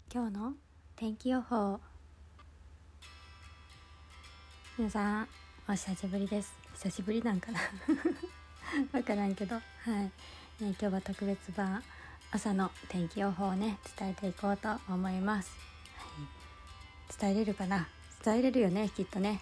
今日の天気予報。皆さんお久しぶりです。久しぶりなんかなわからんけど、今日は特別版朝の天気予報をね伝えていこうと思います。伝えれるかな。伝えれるよね、きっとね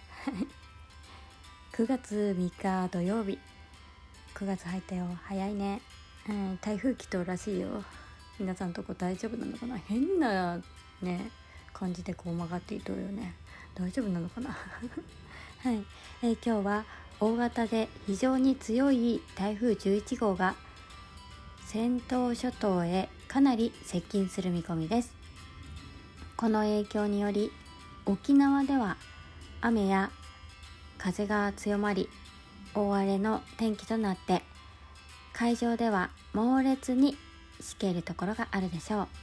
9月3日土曜日。9月入ったよ、早いね。台風来とるらしいよ。皆さんとこ大丈夫なのかな。変なね感じでこう曲がっていとるよね。大丈夫なのかなはい、今日は大型で非常に強い台風11号が尖東諸島へかなり接近する見込みです。この影響により沖縄では雨や風が強まり大荒れの天気となって、海上では猛烈にしけるところがあるでしょう。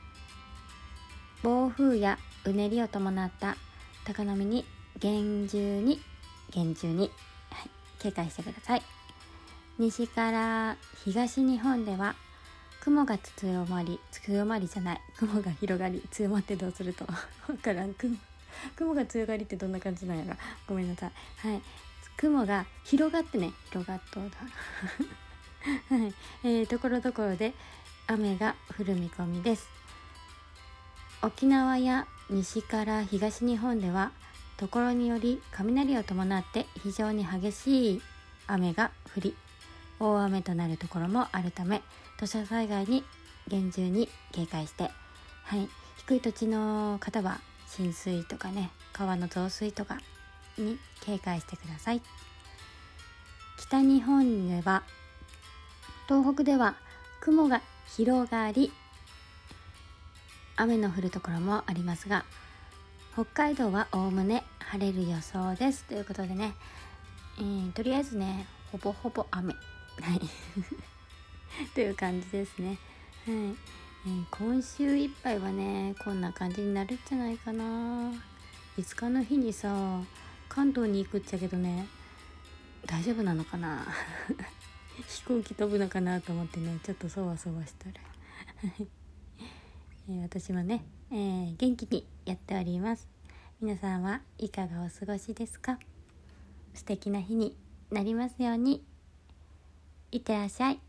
暴風やうねりを伴った高波に厳重に、警戒してください。西から東日本では雲が広がり強まってどうするとわからん。雲が強がりってどんな感じなんやろ。ごめんなさい。雲が広がってね、広がっとうだところどころで雨が降る見込みです。沖縄や西から東日本ではところにより雷を伴って非常に激しい雨が降り、大雨となるところもあるため、土砂災害に厳重に警戒して、低い土地の方は浸水とかね、川の増水とかに警戒してください。北日本では東北では雲が広がり雨の降るところもありますが、北海道はおおむね晴れる予想ですということでね、とりあえずねほぼほぼ雨という感じですね。今週いっぱいはねこんな感じになるんじゃないかな。5日の日にさ関東に行くっちゃけどね、大丈夫なのかな飛行機飛ぶのかなと思ってね、ちょっとそわそわしてる私もね、元気にやっております。皆さんはいかがお過ごしですか。素敵な日になりますように。いってらっしゃい。